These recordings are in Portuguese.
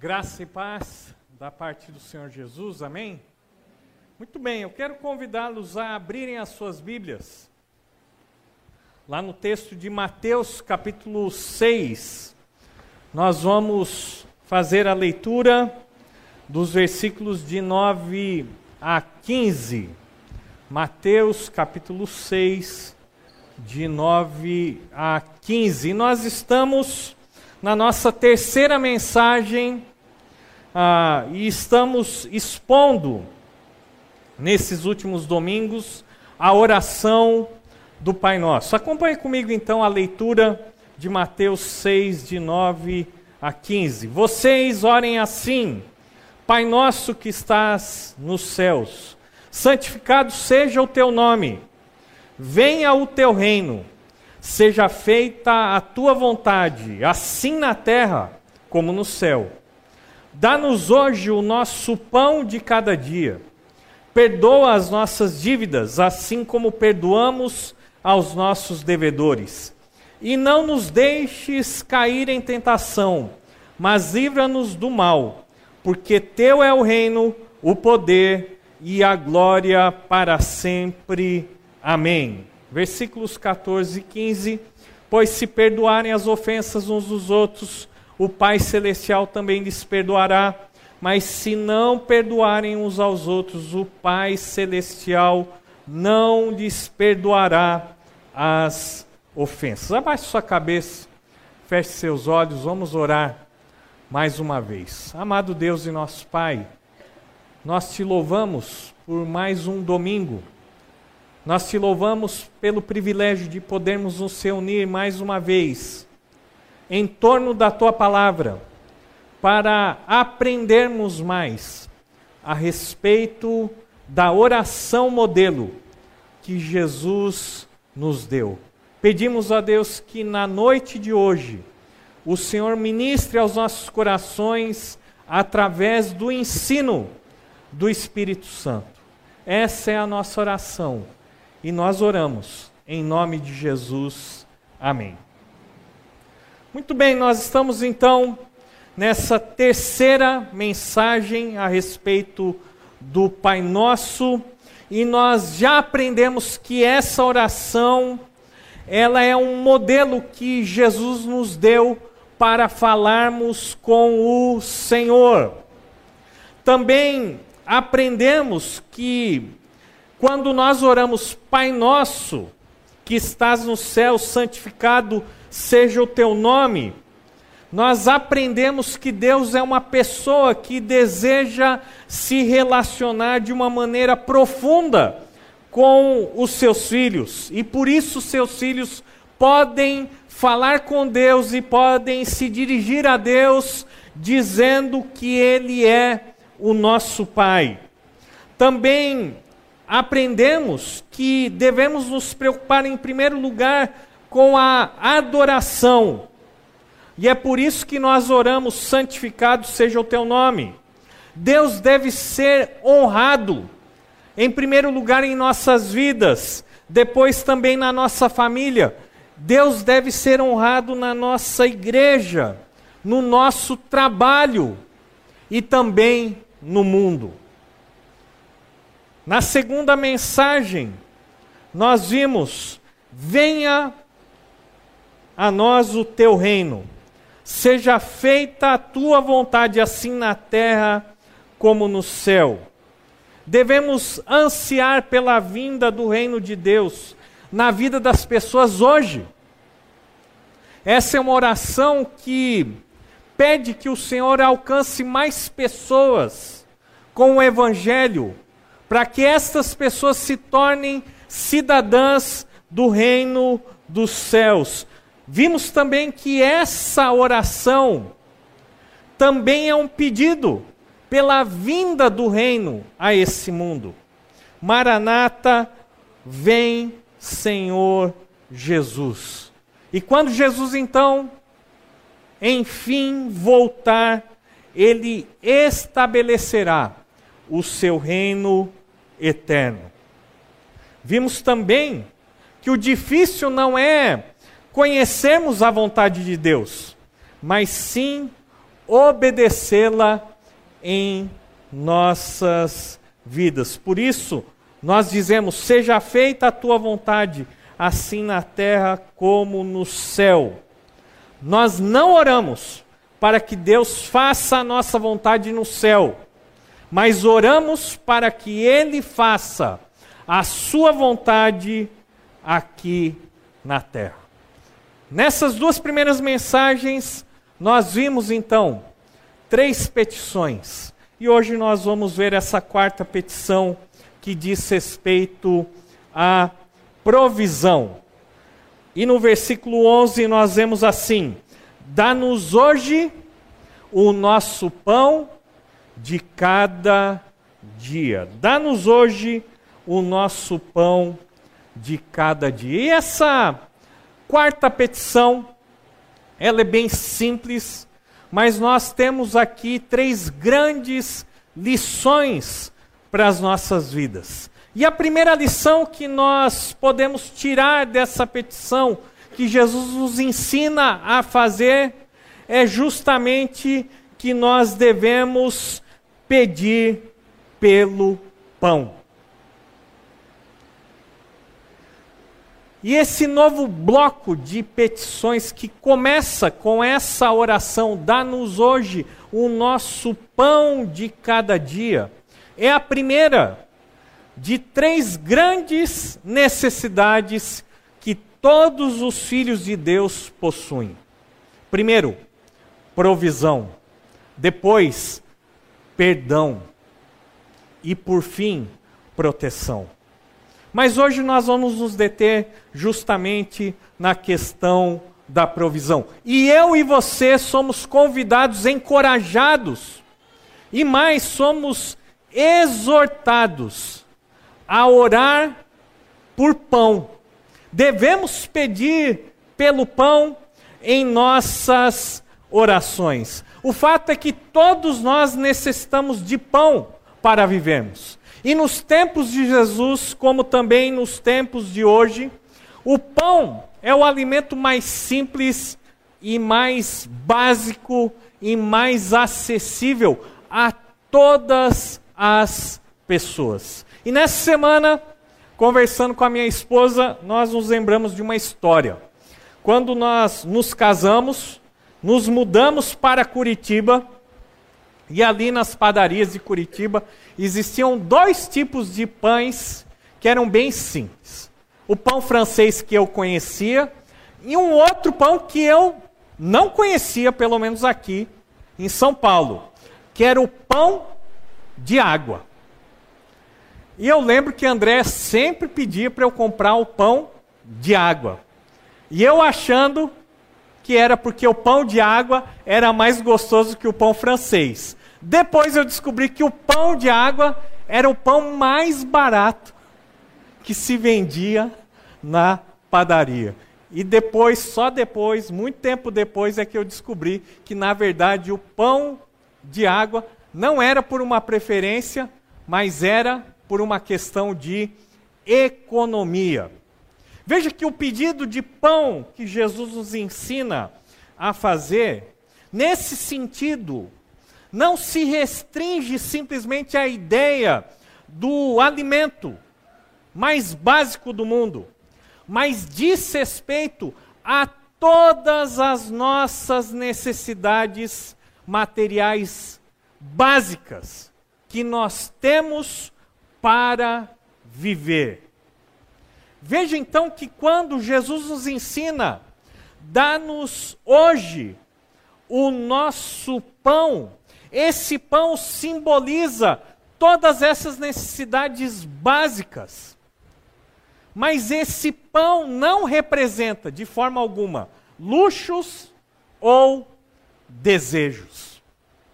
Graça e paz da parte do Senhor Jesus, amém? Muito bem, eu quero convidá-los a abrirem as suas Bíblias, lá no texto de Mateus capítulo 6, nós vamos fazer a leitura dos versículos de 9 a 15, Mateus capítulo 6, de 9 a 15, e nós estamos na nossa terceira mensagem, e estamos expondo, nesses últimos domingos, a oração do Pai Nosso. Acompanhe comigo então a leitura de Mateus 6, de 9 a 15. Vocês orem assim: Pai Nosso que estás nos céus, santificado seja o teu nome, venha o teu reino, seja feita a tua vontade, assim na terra como no céu. Dá-nos hoje o nosso pão de cada dia. Perdoa as nossas dívidas, assim como perdoamos aos nossos devedores. E não nos deixes cair em tentação, mas livra-nos do mal, porque teu é o reino, o poder e a glória para sempre. Amém. Versículos 14 e 15. Pois se perdoarem as ofensas uns dos outros, o Pai Celestial também lhes perdoará. Mas se não perdoarem uns aos outros, o Pai Celestial não lhes perdoará as ofensas. Abaixe sua cabeça, feche seus olhos, vamos orar mais uma vez. Amado Deus e nosso Pai, nós te louvamos por mais um domingo. Nós te louvamos pelo privilégio de podermos nos reunir mais uma vez em torno da Tua Palavra, para aprendermos mais a respeito da oração modelo que Jesus nos deu. Pedimos a Deus que na noite de hoje o Senhor ministre aos nossos corações através do ensino do Espírito Santo. Essa é a nossa oração. E nós oramos em nome de Jesus. Amém. Muito bem, nós estamos então nessa terceira mensagem a respeito do Pai Nosso, e nós já aprendemos que essa oração, ela é um modelo que Jesus nos deu para falarmos com o Senhor. Também aprendemos que quando nós oramos Pai Nosso, que estás no céu, santificado seja o teu nome, nós aprendemos que Deus é uma pessoa que deseja se relacionar de uma maneira profunda com os seus filhos. E por isso seus filhos podem falar com Deus e podem se dirigir a Deus dizendo que Ele é o nosso Pai. Também aprendemos que devemos nos preocupar em primeiro lugar com a adoração. E é por isso que nós oramos, santificado seja o teu nome. Deus deve ser honrado, em primeiro lugar em nossas vidas, depois também na nossa família. Deus deve ser honrado na nossa igreja, no nosso trabalho e também no mundo. Na segunda mensagem, nós vimos: venha a nós o teu reino. Seja feita a tua vontade, assim na terra como no céu. Devemos ansiar pela vinda do reino de Deus na vida das pessoas hoje. Essa é uma oração que pede que o Senhor alcance mais pessoas com o Evangelho, para que estas pessoas se tornem cidadãs do reino dos céus. Vimos também que essa oração também é um pedido pela vinda do reino a esse mundo. Maranata, vem Senhor Jesus. E quando Jesus então, enfim, voltar, Ele estabelecerá o seu reino eterno. Vimos também que o difícil não é conhecermos a vontade de Deus, mas sim obedecê-la em nossas vidas. Por isso, nós dizemos: seja feita a tua vontade, assim na terra como no céu. Nós não oramos para que Deus faça a nossa vontade no céu, mas oramos para que Ele faça a sua vontade aqui na terra. Nessas duas primeiras mensagens, nós vimos então 3 petições. E hoje nós vamos ver essa 4ª petição, que diz respeito à provisão. E no versículo 11 nós vemos assim: dá-nos hoje o nosso pão de cada dia. Dá-nos hoje o nosso pão de cada dia. E essa 4ª petição, ela é bem simples, mas nós temos aqui 3 grandes lições para as nossas vidas. E a primeira lição que nós podemos tirar dessa petição, que Jesus nos ensina a fazer, é justamente que nós devemos pedir pelo pão. E esse novo bloco de petições que começa com essa oração: dá-nos hoje o nosso pão de cada dia, é a primeira de 3 grandes necessidades que todos os filhos de Deus possuem. Primeiro, provisão. Depois, perdão. E por fim, proteção. Mas hoje nós vamos nos deter justamente na questão da provisão. E eu e você somos convidados, encorajados, e mais, somos exortados a orar por pão. Devemos pedir pelo pão em nossas orações. O fato é que todos nós necessitamos de pão para vivermos. E nos tempos de Jesus, como também nos tempos de hoje, o pão é o alimento mais simples e mais básico e mais acessível a todas as pessoas. E nessa semana, conversando com a minha esposa, nós nos lembramos de uma história. Quando nós nos casamos, nos mudamos para Curitiba, e ali nas padarias de Curitiba existiam 2 tipos de pães que eram bem simples. O pão francês que eu conhecia e um outro pão que eu não conhecia, pelo menos aqui em São Paulo, que era o pão de água. E eu lembro que André sempre pedia para eu comprar o pão de água. E eu achando que era porque o pão de água era mais gostoso que o pão francês. Depois eu descobri que o pão de água era o pão mais barato que se vendia na padaria. E depois, só depois, muito tempo depois, é que eu descobri que, na verdade, o pão de água não era por uma preferência, mas era por uma questão de economia. Veja que o pedido de pão que Jesus nos ensina a fazer, nesse sentido, não se restringe simplesmente à ideia do alimento mais básico do mundo, mas diz respeito a todas as nossas necessidades materiais básicas que nós temos para viver. Veja então que quando Jesus nos ensina, dá-nos hoje o nosso pão, esse pão simboliza todas essas necessidades básicas. Mas esse pão não representa, de forma alguma, luxos ou desejos.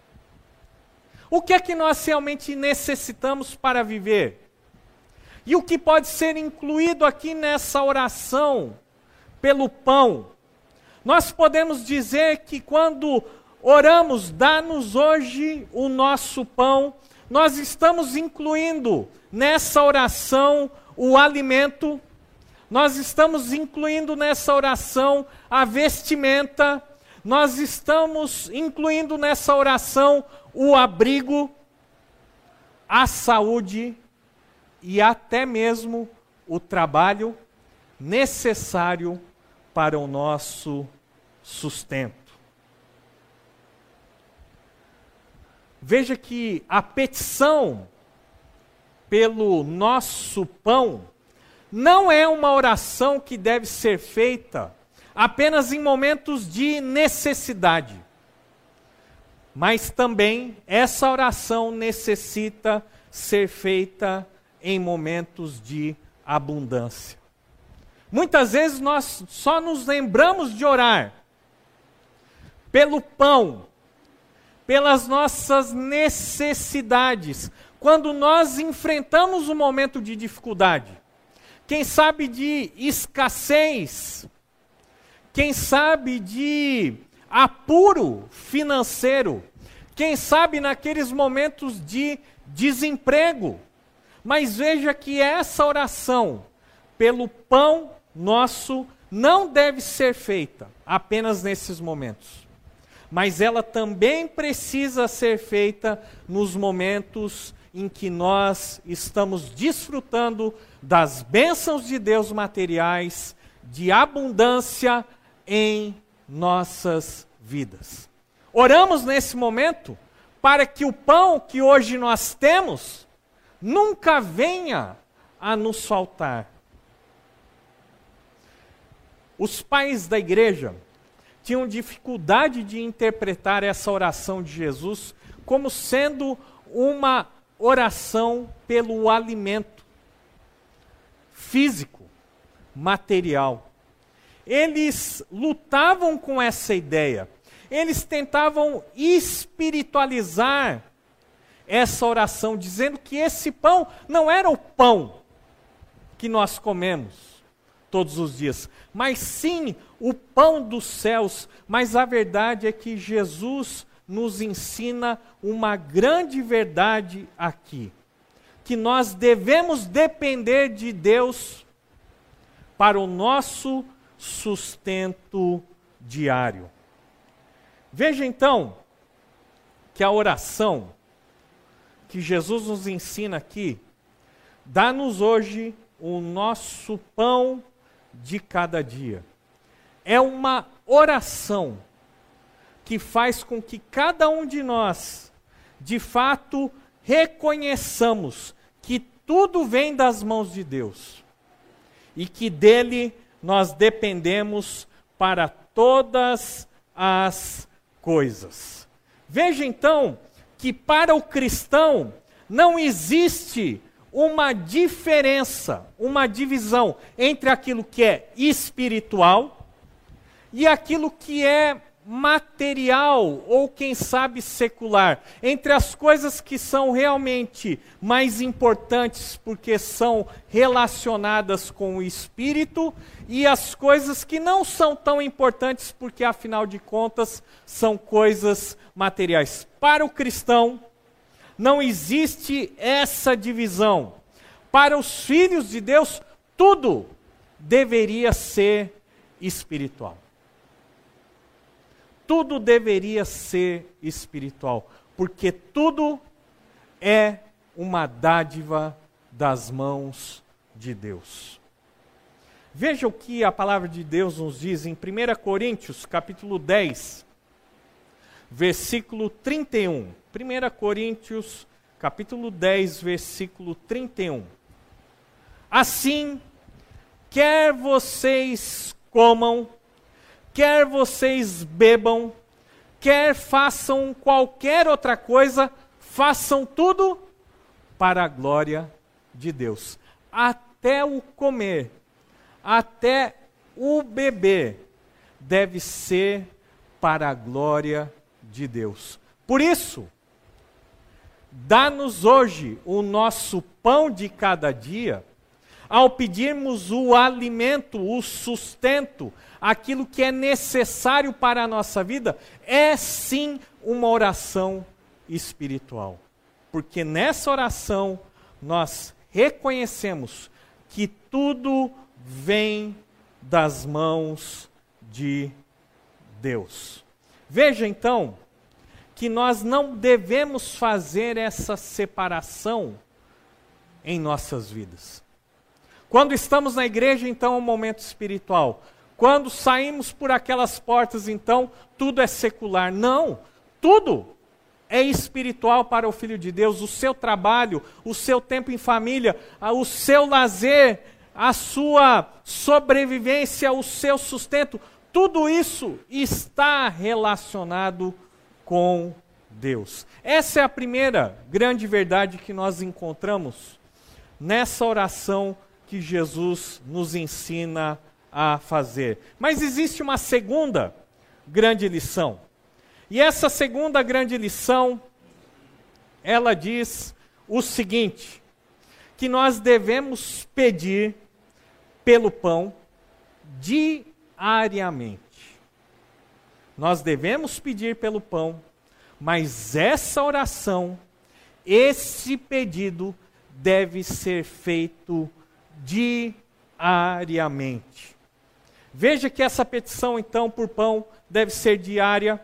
O que é que nós realmente necessitamos para viver? E o que pode ser incluído aqui nessa oração pelo pão? Nós podemos dizer que quando oramos, dá-nos hoje o nosso pão, nós estamos incluindo nessa oração o alimento, nós estamos incluindo nessa oração a vestimenta, nós estamos incluindo nessa oração o abrigo, a saúde e até mesmo o trabalho necessário para o nosso sustento. Veja que a petição pelo nosso pão não é uma oração que deve ser feita apenas em momentos de necessidade. Mas também essa oração necessita ser feita em momentos de abundância. Muitas vezes nós só nos lembramos de orar pelo pão, pelas nossas necessidades, quando nós enfrentamos um momento de dificuldade. Quem sabe de escassez, quem sabe de apuro financeiro, quem sabe naqueles momentos de desemprego. Mas veja que essa oração pelo pão nosso não deve ser feita apenas nesses momentos, mas ela também precisa ser feita nos momentos em que nós estamos desfrutando das bênçãos de Deus materiais, de abundância em nossas vidas. Oramos nesse momento para que o pão que hoje nós temos nunca venha a nos faltar. Os pais da igreja tinham dificuldade de interpretar essa oração de Jesus como sendo uma oração pelo alimento físico, material. Eles lutavam com essa ideia. Eles tentavam espiritualizar essa oração, dizendo que esse pão não era o pão que nós comemos todos os dias, mas sim o pão dos céus. Mas a verdade é que Jesus nos ensina uma grande verdade aqui, que nós devemos depender de Deus para o nosso sustento diário. Veja então que a oração que Jesus nos ensina aqui, dá-nos hoje o nosso pão de cada dia. É uma oração que faz com que cada um de nós, de fato, reconheçamos que tudo vem das mãos de Deus e que dele nós dependemos para todas as coisas. Veja então que para o cristão não existe uma diferença, uma divisão entre aquilo que é espiritual e aquilo que é material ou, quem sabe, secular. Entre as coisas que são realmente mais importantes porque são relacionadas com o espírito e as coisas que não são tão importantes porque, afinal de contas, são coisas materiais. Para o cristão, não existe essa divisão. Para os filhos de Deus, tudo deveria ser espiritual. Tudo deveria ser espiritual, porque tudo é uma dádiva das mãos de Deus. Veja o que a palavra de Deus nos diz em 1 Coríntios, capítulo 10, versículo 31. 1 Coríntios, capítulo 10, versículo 31. Assim, quer vocês comam, quer vocês bebam, quer façam qualquer outra coisa, façam tudo para a glória de Deus. Até o comer, até o beber, deve ser para a glória de Deus. Por isso, dá-nos hoje o nosso pão de cada dia, ao pedirmos o alimento, o sustento, aquilo que é necessário para a nossa vida, é sim uma oração espiritual. Porque nessa oração nós reconhecemos que tudo vem das mãos de Deus. Veja então que nós não devemos fazer essa separação em nossas vidas. Quando estamos na igreja, então é um momento espiritual. Quando saímos por aquelas portas, então tudo é secular. Não, tudo é espiritual para o Filho de Deus. O seu trabalho, o seu tempo em família, o seu lazer, a sua sobrevivência, o seu sustento, tudo isso está relacionado com Deus. Essa é a primeira grande verdade que nós encontramos nessa oração que Jesus nos ensina a fazer. Mas existe uma segunda grande lição. E essa segunda grande lição, ela diz o seguinte, que nós devemos pedir pelo pão diariamente. Nós devemos pedir pelo pão, mas essa oração, esse pedido deve ser feito diariamente. Veja que essa petição, então, por pão deve ser diária.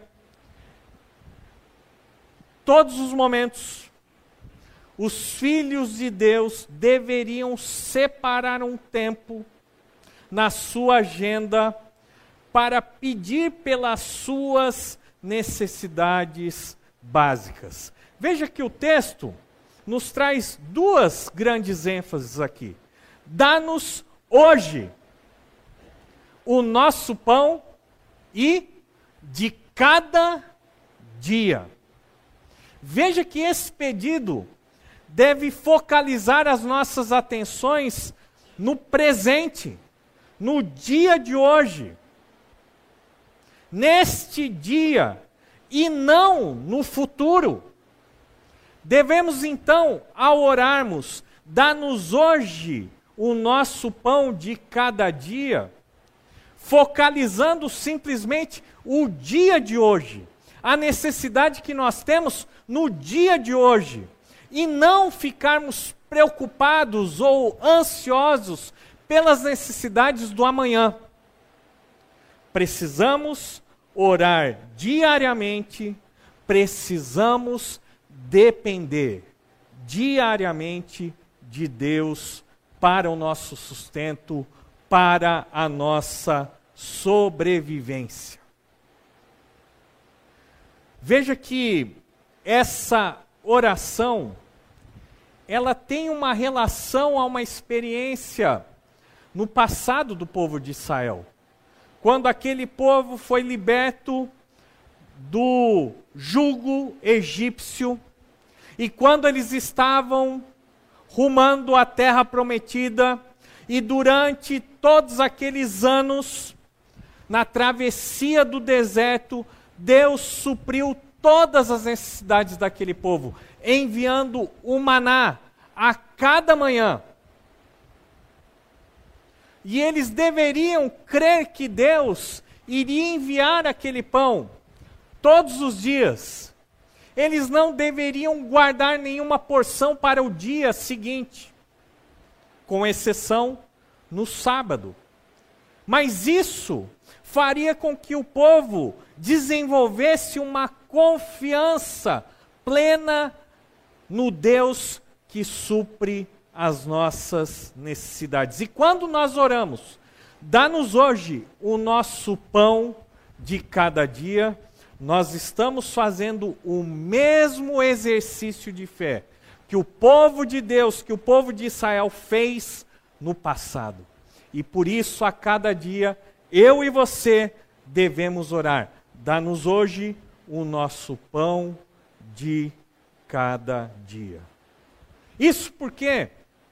Todos os momentos, os filhos de Deus deveriam separar um tempo na sua agenda para pedir pelas suas necessidades básicas. Veja que o texto nos traz duas grandes ênfases aqui. Dá-nos hoje o nosso pão e de cada dia. Veja que esse pedido deve focalizar as nossas atenções no presente, no dia de hoje, neste dia e não no futuro. Devemos então, ao orarmos, dá-nos hoje o nosso pão de cada dia, focalizando simplesmente o dia de hoje, a necessidade que nós temos no dia de hoje, e não ficarmos preocupados ou ansiosos pelas necessidades do amanhã. Precisamos orar diariamente, precisamos depender diariamente de Deus para o nosso sustento, para a nossa sobrevivência. Veja que essa oração, ela tem uma relação a uma experiência no passado do povo de Israel. Quando aquele povo foi liberto do jugo egípcio, e quando eles estavam rumando à terra prometida, e durante todos aqueles anos, na travessia do deserto, Deus supriu todas as necessidades daquele povo, enviando o maná a cada manhã. E eles deveriam crer que Deus iria enviar aquele pão todos os dias. Eles não deveriam guardar nenhuma porção para o dia seguinte, com exceção no sábado. Mas isso faria com que o povo desenvolvesse uma confiança plena no Deus que supre as nossas necessidades. E quando nós oramos, dá-nos hoje o nosso pão de cada dia, nós estamos fazendo o mesmo exercício de fé que o povo de Deus, que o povo de Israel fez no passado. E por isso, a cada dia, eu e você devemos orar. Dá-nos hoje o nosso pão de cada dia. Isso por quê?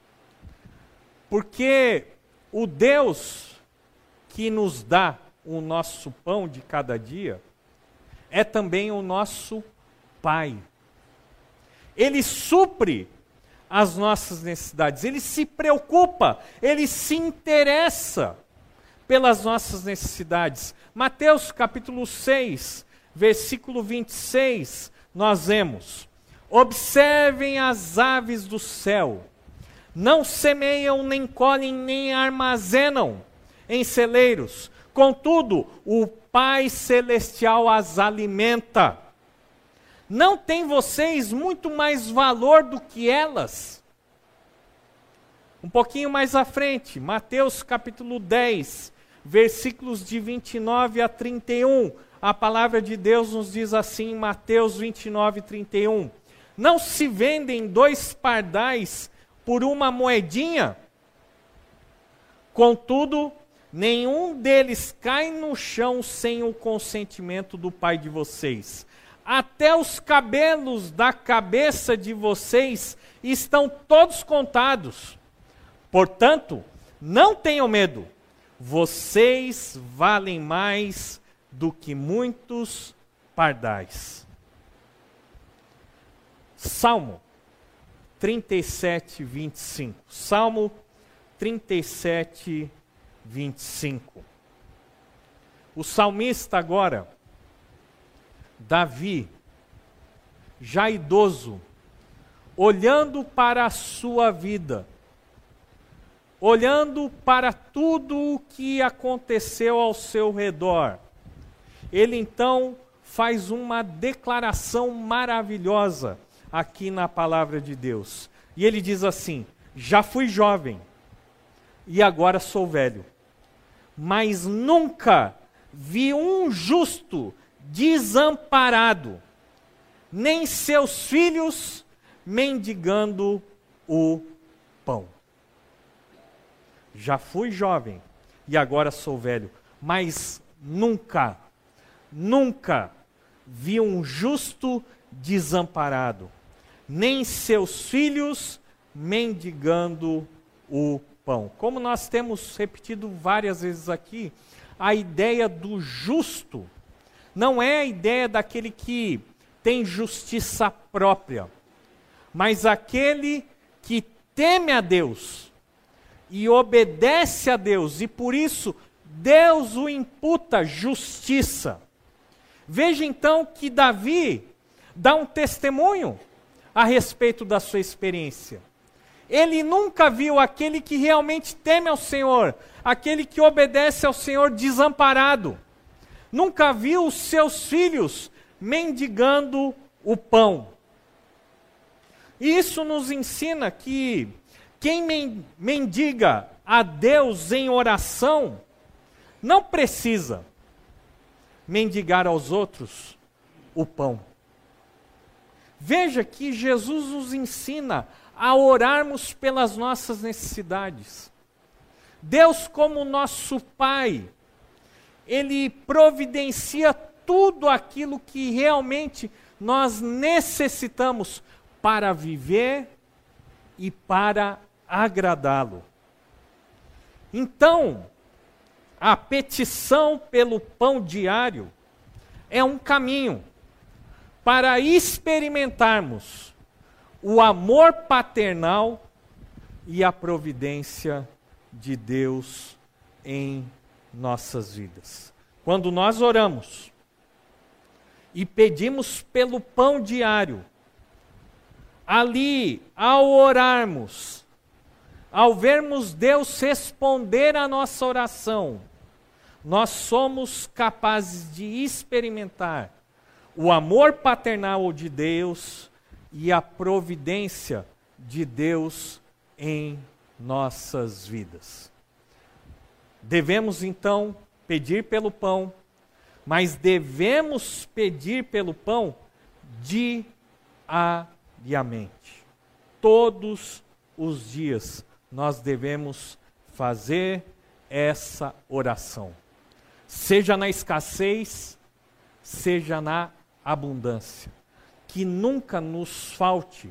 Porque o Deus que nos dá o nosso pão de cada dia é também o nosso Pai. Ele supre as nossas necessidades, Ele se preocupa, Ele se interessa pelas nossas necessidades. Mateus capítulo 6, versículo 26, nós vemos: observem as aves do céu, não semeiam, nem colhem, nem armazenam em celeiros, Contudo, o Pai Celestial as alimenta. Não tem vocês muito mais valor do que elas? Um pouquinho mais à frente, Mateus capítulo 10, versículos de 29 a 31. A palavra de Deus nos diz assim em Mateus 29, 31. Não se vendem 2 pardais por uma moedinha? Contudo, nenhum deles cai no chão sem o consentimento do Pai de vocês. Até os cabelos da cabeça de vocês estão todos contados. Portanto, não tenham medo. Vocês valem mais do que muitos pardais. Salmo 37, 25. Salmo 37, 25. O salmista agora, Davi, já idoso, olhando para a sua vida, olhando para tudo o que aconteceu ao seu redor, ele então faz uma declaração maravilhosa aqui na palavra de Deus. E ele diz assim: já fui jovem e agora sou velho, mas nunca vi um justo desamparado, nem seus filhos mendigando o pão. Já fui jovem e agora sou velho, mas nunca vi um justo desamparado, nem seus filhos mendigando o pão. Como nós temos repetido várias vezes aqui, a ideia do justo não é a ideia daquele que tem justiça própria, mas aquele que teme a Deus e obedece a Deus, e por isso Deus o imputa justiça. Veja então que Davi dá um testemunho a respeito da sua experiência. Ele nunca viu aquele que realmente teme ao Senhor, aquele que obedece ao Senhor desamparado. Nunca viu os seus filhos mendigando o pão. E isso nos ensina que quem mendiga a Deus em oração não precisa mendigar aos outros o pão. Veja que Jesus nos ensina a orarmos pelas nossas necessidades. Deus, como nosso Pai, Ele providencia tudo aquilo que realmente nós necessitamos para viver e para agradá-lo. Então, a petição pelo pão diário é um caminho para experimentarmos o amor paternal e a providência de Deus em nossas vidas. Quando nós oramos e pedimos pelo pão diário, ali, ao orarmos, ao vermos Deus responder à nossa oração, nós somos capazes de experimentar o amor paternal de Deus e a providência de Deus em nossas vidas. Devemos então pedir pelo pão, mas devemos pedir pelo pão diariamente. Todos os dias nós devemos fazer essa oração. Seja na escassez, seja na abundância. Que nunca nos falte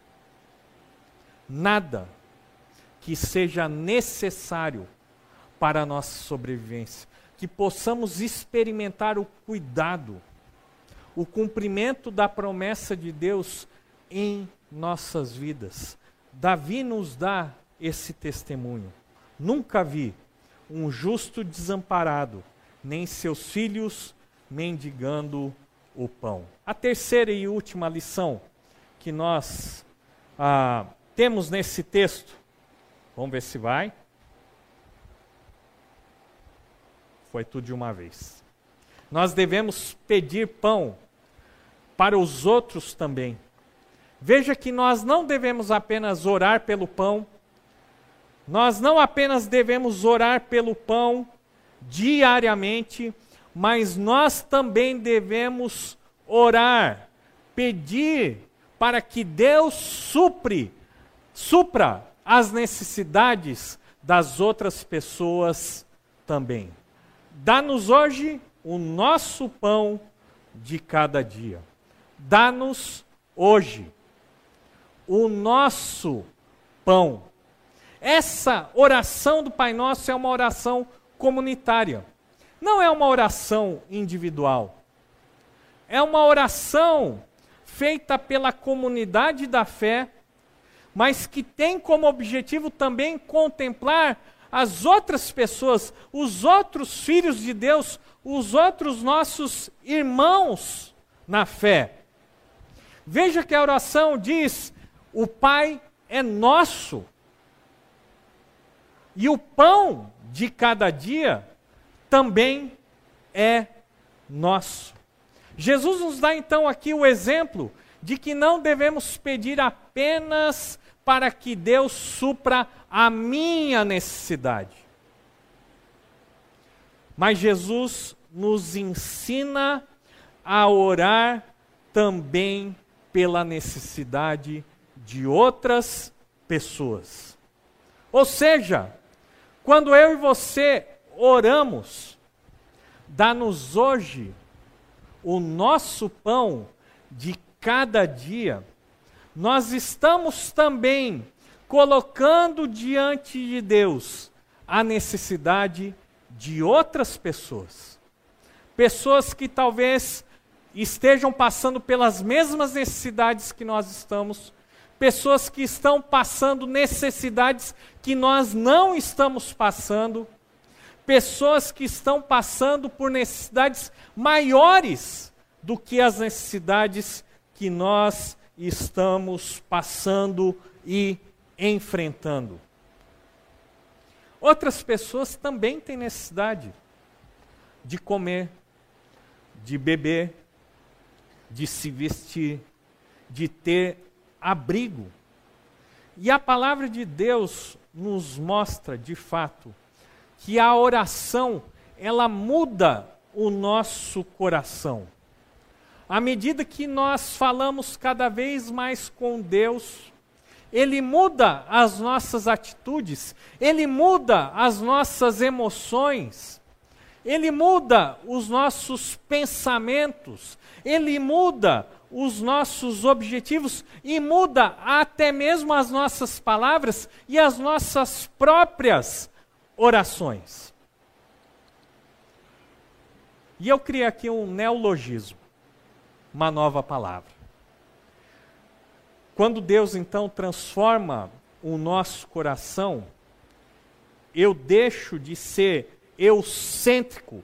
nada que seja necessário para a nossa sobrevivência. Que possamos experimentar o cuidado, o cumprimento da promessa de Deus em nossas vidas. Davi nos dá esse testemunho. Nunca vi um justo desamparado, nem seus filhos mendigando o pão. A terceira e última lição que nós temos nesse texto, vamos ver se vai. foi tudo de uma vez. Nós devemos pedir pão para os outros também. Veja que nós não devemos apenas orar pelo pão, nós não apenas devemos orar pelo pão diariamente, mas nós também devemos orar, pedir para que Deus supra as necessidades das outras pessoas também. Dá-nos hoje o nosso pão de cada dia. Dá-nos hoje o nosso pão. Essa oração do Pai Nosso é uma oração comunitária. Não é uma oração individual. É uma oração feita pela comunidade da fé, mas que tem como objetivo também contemplar as outras pessoas, os outros filhos de Deus, os outros nossos irmãos na fé. Veja que a oração diz: o Pai é nosso. E o pão de cada dia também é nosso. Jesus nos dá então aqui o exemplo de que não devemos pedir apenas para que Deus supra a minha necessidade. Mas Jesus nos ensina a orar também pela necessidade de outras pessoas. Ou seja, quando eu e você oramos, dá-nos hoje o nosso pão de cada dia, nós estamos também colocando diante de Deus a necessidade de outras pessoas. Pessoas que talvez estejam passando pelas mesmas necessidades que nós estamos, pessoas que estão passando necessidades que nós não estamos passando, pessoas que estão passando por necessidades maiores do que as necessidades que nós estamos passando e enfrentando. Outras pessoas também têm necessidade de comer, de beber, de se vestir, de ter abrigo. E a palavra de Deus nos mostra, de fato, que a oração, ela muda o nosso coração. À medida que nós falamos cada vez mais com Deus, Ele muda as nossas atitudes, Ele muda as nossas emoções, Ele muda os nossos pensamentos, Ele muda os nossos objetivos e muda até mesmo as nossas palavras e as nossas próprias orações. E eu criei aqui um neologismo, uma nova palavra. Quando Deus então transforma o nosso coração, eu deixo de ser eucêntrico,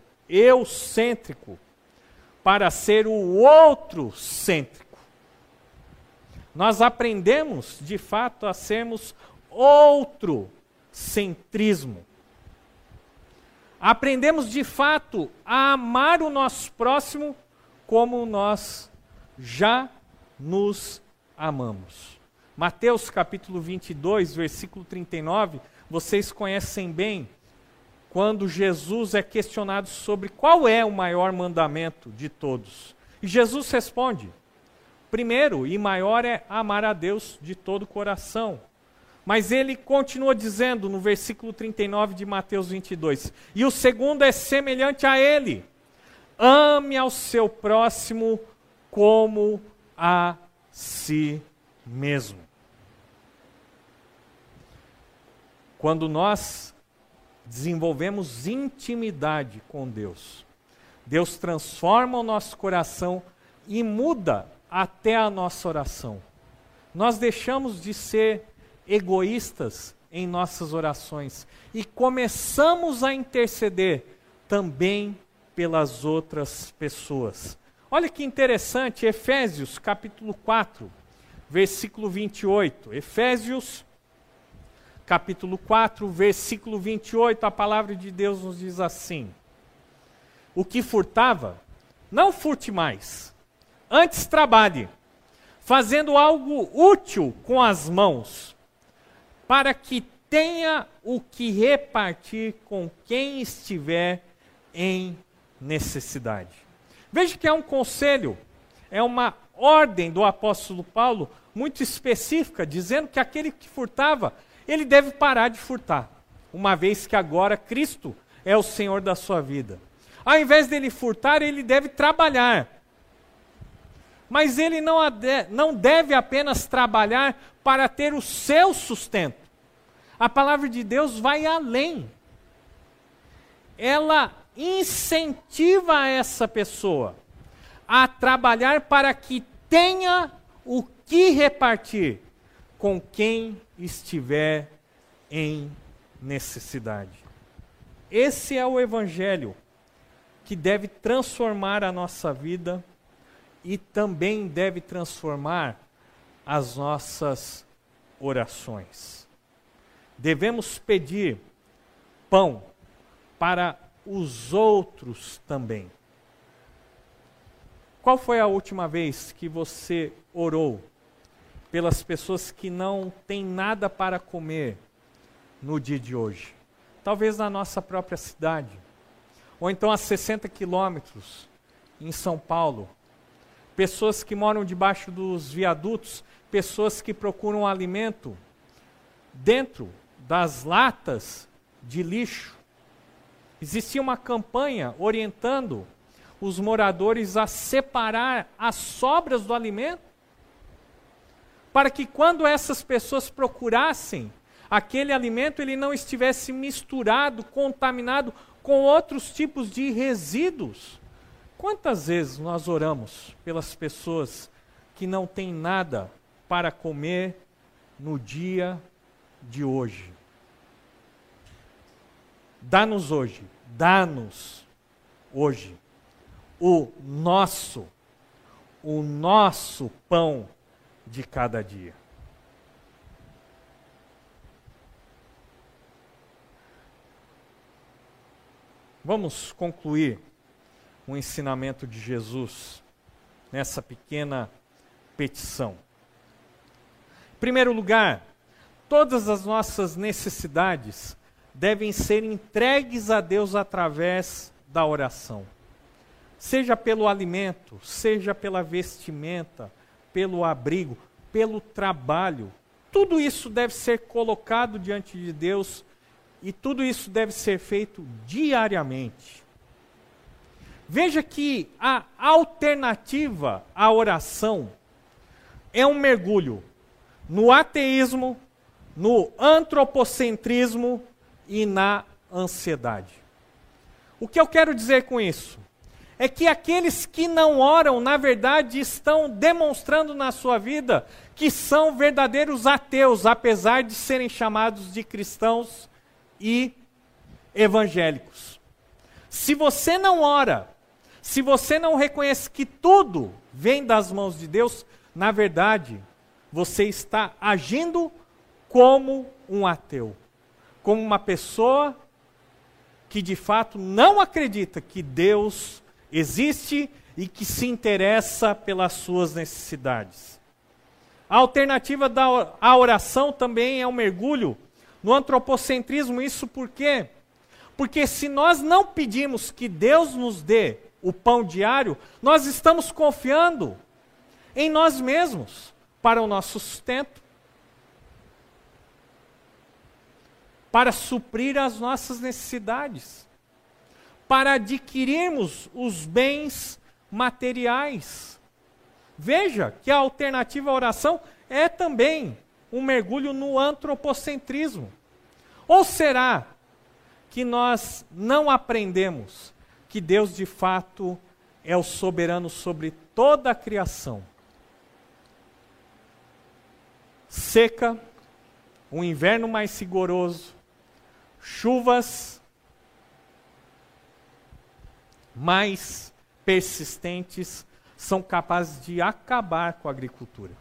para ser o outro-cêntrico. Nós aprendemos, de fato, a sermos outro-centrismo. Aprendemos, de fato, a amar o nosso próximo como nós já nos amamos. Mateus capítulo 22, versículo 39, vocês conhecem bem, quando Jesus é questionado sobre qual é o maior mandamento de todos. E Jesus responde: primeiro e maior é amar a Deus de todo o coração. Mas ele continua dizendo no versículo 39 de Mateus 22, e o segundo é semelhante a ele: ame ao seu próximo como a si mesmo. Quando nós desenvolvemos intimidade com Deus, Deus transforma o nosso coração e muda até a nossa oração. Nós deixamos de ser egoístas em nossas orações e começamos a interceder também pelas outras pessoas. Olha que interessante, Efésios capítulo 4, versículo 28. Efésios capítulo 4, versículo 28, a palavra de Deus nos diz assim: o que furtava, não furte mais. Antes trabalhe, fazendo algo útil com as mãos, para que tenha o que repartir com quem estiver em necessidade. Veja que é um conselho, é uma ordem do apóstolo Paulo, muito específica, dizendo que aquele que furtava, ele deve parar de furtar, uma vez que agora Cristo é o Senhor da sua vida. Ao invés dele furtar, ele deve trabalhar. Mas ele não deve apenas trabalhar para ter o seu sustento. A palavra de Deus vai além. Ela incentiva essa pessoa a trabalhar para que tenha o que repartir com quem estiver em necessidade. Esse é o evangelho que deve transformar a nossa vida e também deve transformar as nossas orações. Devemos pedir pão para os outros também. Qual foi a última vez que você orou pelas pessoas que não têm nada para comer no dia de hoje? Talvez na nossa própria cidade, ou então a 60 quilômetros em São Paulo. Pessoas que moram debaixo dos viadutos, pessoas que procuram alimento dentro das latas de lixo. Existia uma campanha orientando os moradores a separar as sobras do alimento, para que quando essas pessoas procurassem aquele alimento, ele não estivesse misturado, contaminado com outros tipos de resíduos. Quantas vezes nós oramos pelas pessoas que não têm nada para comer no dia de hoje? Dá-nos hoje o nosso pão de cada dia. Vamos concluir o ensinamento de Jesus nessa pequena petição. Em primeiro lugar, todas as nossas necessidades devem ser entregues a Deus através da oração. Seja pelo alimento, seja pela vestimenta, pelo abrigo, pelo trabalho. Tudo isso deve ser colocado diante de Deus e tudo isso deve ser feito diariamente. Veja que a alternativa à oração é um mergulho no ateísmo, no antropocentrismo e na ansiedade. O que eu quero dizer com isso? É que aqueles que não oram, na verdade, estão demonstrando na sua vida que são verdadeiros ateus, apesar de serem chamados de cristãos e evangélicos. Se você não ora, se você não reconhece que tudo vem das mãos de Deus, na verdade, você está agindo como um ateu, como uma pessoa que de fato não acredita que Deus existe e que se interessa pelas suas necessidades. A alternativa à oração também é um mergulho no antropocentrismo. Isso por quê? Porque se nós não pedimos que Deus nos dê o pão diário, nós estamos confiando em nós mesmos para o nosso sustento, para suprir as nossas necessidades, para adquirirmos os bens materiais. Veja que a alternativa à oração é também um mergulho no antropocentrismo. Ou será que nós não aprendemos que Deus de fato é o soberano sobre toda a criação? Seca, um inverno mais rigoroso, chuvas mais persistentes são capazes de acabar com a agricultura.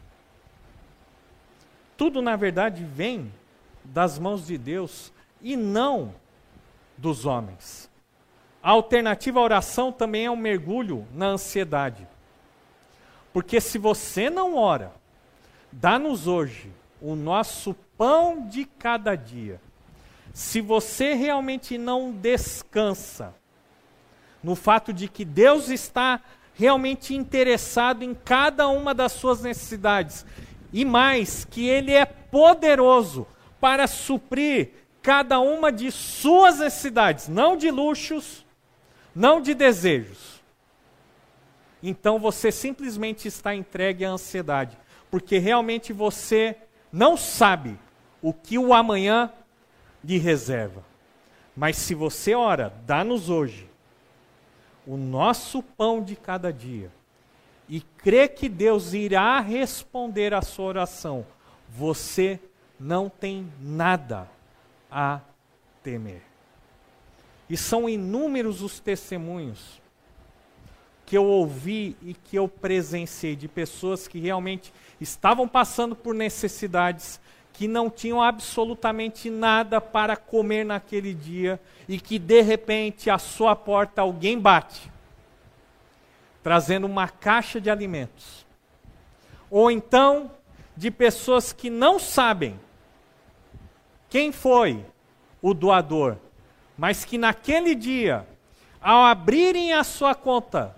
Tudo, na verdade, vem das mãos de Deus e não dos homens. A alternativa à oração também é um mergulho na ansiedade. Porque se você não ora, dá-nos hoje o nosso pão de cada dia. Se você realmente não descansa no fato de que Deus está realmente interessado em cada uma das suas necessidades, e mais, que Ele é poderoso para suprir cada uma de suas necessidades, não de luxos, não de desejos. Então você simplesmente está entregue à ansiedade, porque realmente você não sabe o que o amanhã lhe reserva. Mas se você ora, dá-nos hoje o nosso pão de cada dia, e crê que Deus irá responder à sua oração, você não tem nada a temer. E são inúmeros os testemunhos que eu ouvi e que eu presenciei de pessoas que realmente estavam passando por necessidades, que não tinham absolutamente nada para comer naquele dia e que de repente à sua porta alguém bate, trazendo uma caixa de alimentos. Ou então de pessoas que não sabem quem foi o doador, mas que naquele dia, ao abrirem a sua conta,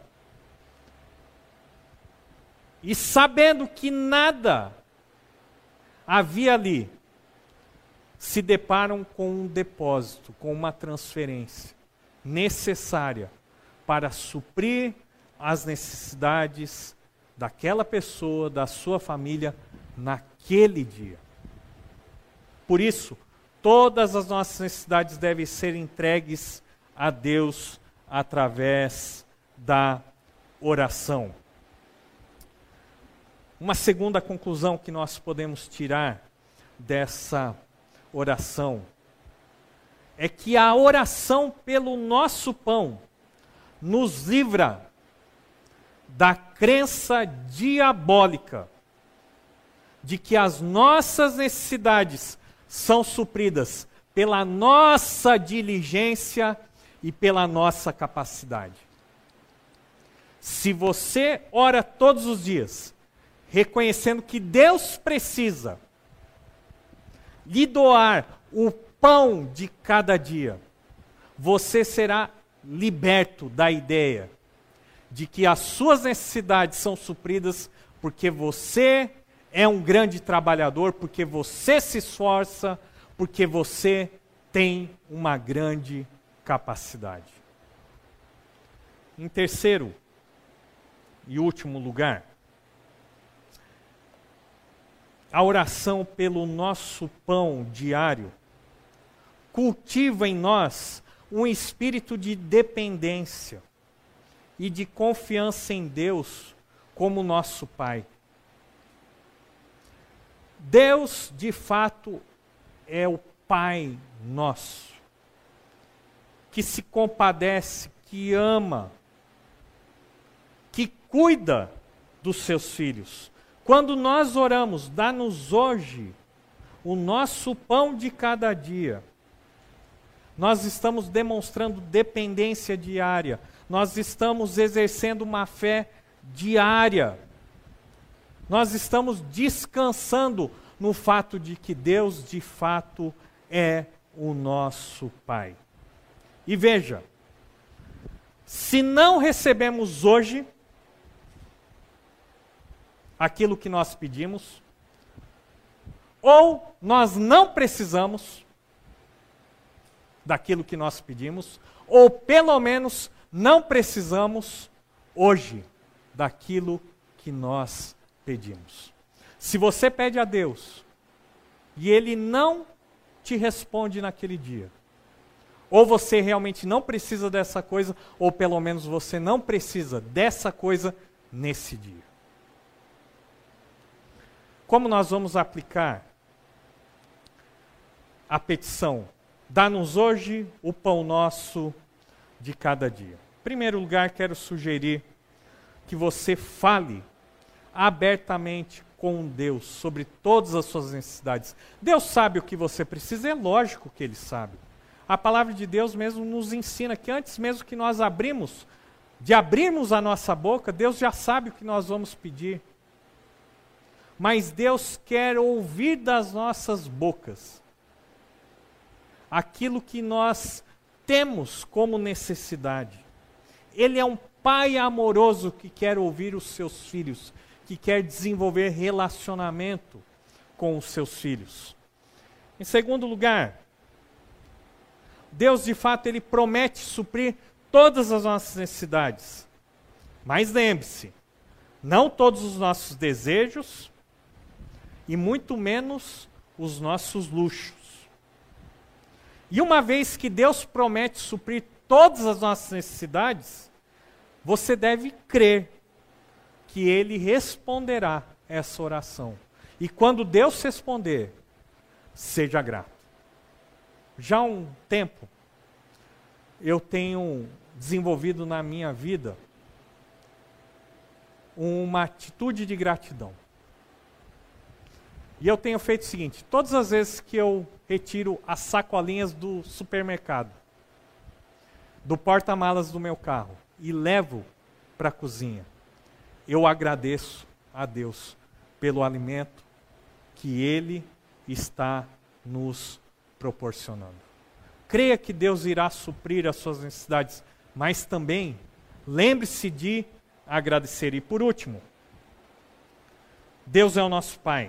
e sabendo que nada havia ali, se deparam com um depósito, com uma transferência necessária para suprir as necessidades daquela pessoa, da sua família, naquele dia. Por isso, todas as nossas necessidades devem ser entregues a Deus através da oração. Uma segunda conclusão que nós podemos tirar dessa oração é que a oração pelo nosso pão nos livra da crença diabólica de que as nossas necessidades são supridas pela nossa diligência e pela nossa capacidade. Se você ora todos os dias, reconhecendo que Deus precisa lhe doar o pão de cada dia, você será liberto da ideia de que as suas necessidades são supridas porque você é um grande trabalhador, porque você se esforça, porque você tem uma grande capacidade. Em terceiro e último lugar, a oração pelo nosso pão diário cultiva em nós um espírito de dependência e de confiança em Deus como nosso Pai. Deus, de fato, é o Pai nosso, que se compadece, que ama, que cuida dos seus filhos. Quando nós oramos, dá-nos hoje o nosso pão de cada dia, nós estamos demonstrando dependência diária, nós estamos exercendo uma fé diária, nós estamos descansando no fato de que Deus de fato é o nosso Pai. E veja, se não recebemos hoje aquilo que nós pedimos, ou nós não precisamos daquilo que nós pedimos, ou pelo menos não precisamos hoje daquilo que nós pedimos. Se você pede a Deus e Ele não te responde naquele dia, ou você realmente não precisa dessa coisa, ou pelo menos você não precisa dessa coisa nesse dia. Como nós vamos aplicar a petição? Dá-nos hoje o pão nosso de cada dia. Em primeiro lugar, quero sugerir que você fale abertamente com Deus sobre todas as suas necessidades. Deus sabe o que você precisa, é lógico que Ele sabe. a palavra de Deus mesmo nos ensina que antes mesmo que nós abrirmos a nossa boca, Deus já sabe o que nós vamos pedir. Mas Deus quer ouvir das nossas bocas aquilo que nós temos como necessidade. Ele é um pai amoroso que quer ouvir os seus filhos, que quer desenvolver relacionamento com os seus filhos. Em segundo lugar, Deus de fato ele promete suprir todas as nossas necessidades. Mas lembre-se, não todos os nossos desejos e muito menos os nossos luxos. E uma vez que Deus promete suprir todas as nossas necessidades, você deve crer que Ele responderá essa oração. E quando Deus responder, seja grato. Já há um tempo, eu tenho desenvolvido na minha vida uma atitude de gratidão. E eu tenho feito o seguinte: todas as vezes que eu retiro as sacolinhas do supermercado, do porta-malas do meu carro, e levo para a cozinha, eu agradeço a Deus pelo alimento que Ele está nos proporcionando. Creia que Deus irá suprir as suas necessidades, mas também lembre-se de agradecer. E por último, Deus é o nosso Pai.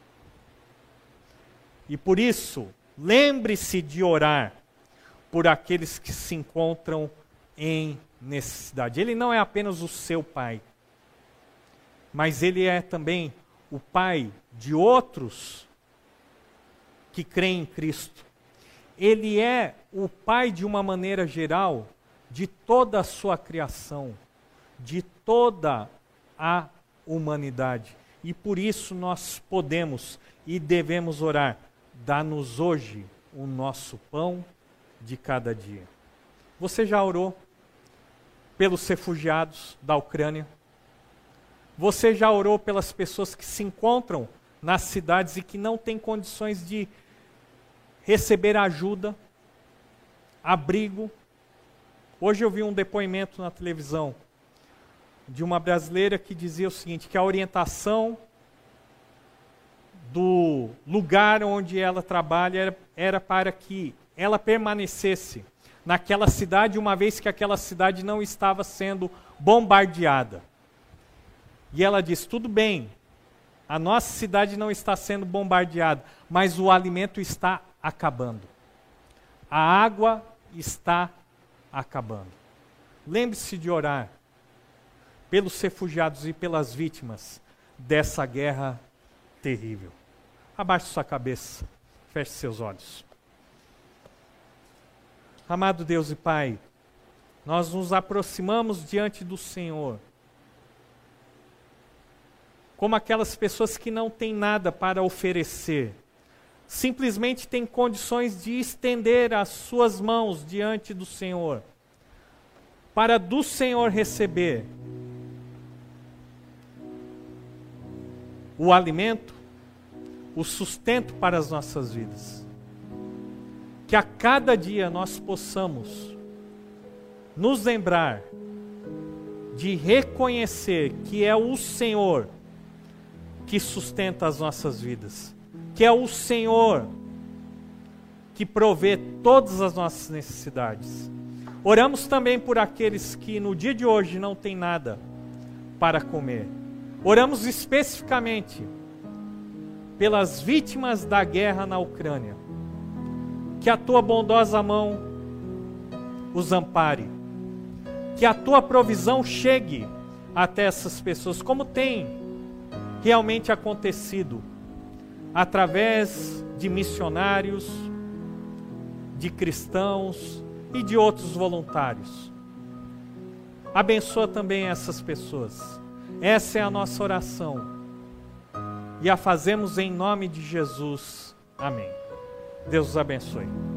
E por isso, lembre-se de orar por aqueles que se encontram em necessidade. Ele não é apenas o seu Pai, mas Ele é também o Pai de outros que creem em Cristo. Ele é o Pai, de uma maneira geral, de toda a sua criação, de toda a humanidade. E por isso nós podemos e devemos orar: dá-nos hoje o nosso pão de cada dia. Você já orou pelos refugiados da Ucrânia? Você já orou pelas pessoas que se encontram nas cidades e que não têm condições de receber ajuda, abrigo? Hoje eu vi um depoimento na televisão de uma brasileira que dizia o seguinte, que a orientação do lugar onde ela trabalha era para que ela permanecesse naquela cidade, uma vez que aquela cidade não estava sendo bombardeada. E ela disse: tudo bem, a nossa cidade não está sendo bombardeada, mas o alimento está acabando. A água está acabando. Lembre-se de orar pelos refugiados e pelas vítimas dessa guerra terrível. Abaixe sua cabeça, feche seus olhos. Amado Deus e Pai, nós nos aproximamos diante do Senhor como aquelas pessoas que não têm nada para oferecer, simplesmente têm condições de estender as suas mãos diante do Senhor, para do Senhor receber o alimento, o sustento para as nossas vidas. Que a cada dia nós possamos nos lembrar de reconhecer que é o Senhor que sustenta as nossas vidas, que é o Senhor que provê todas as nossas necessidades. Oramos também por aqueles que no dia de hoje não têm nada para comer. Oramos especificamente pelas vítimas da guerra na Ucrânia. Que a tua bondosa mão os ampare. Que a tua provisão chegue até essas pessoas, como tem realmente acontecido, através de missionários, de cristãos e de outros voluntários. Abençoa também essas pessoas. Essa é a nossa oração. E a fazemos em nome de Jesus. Amém. Deus os abençoe.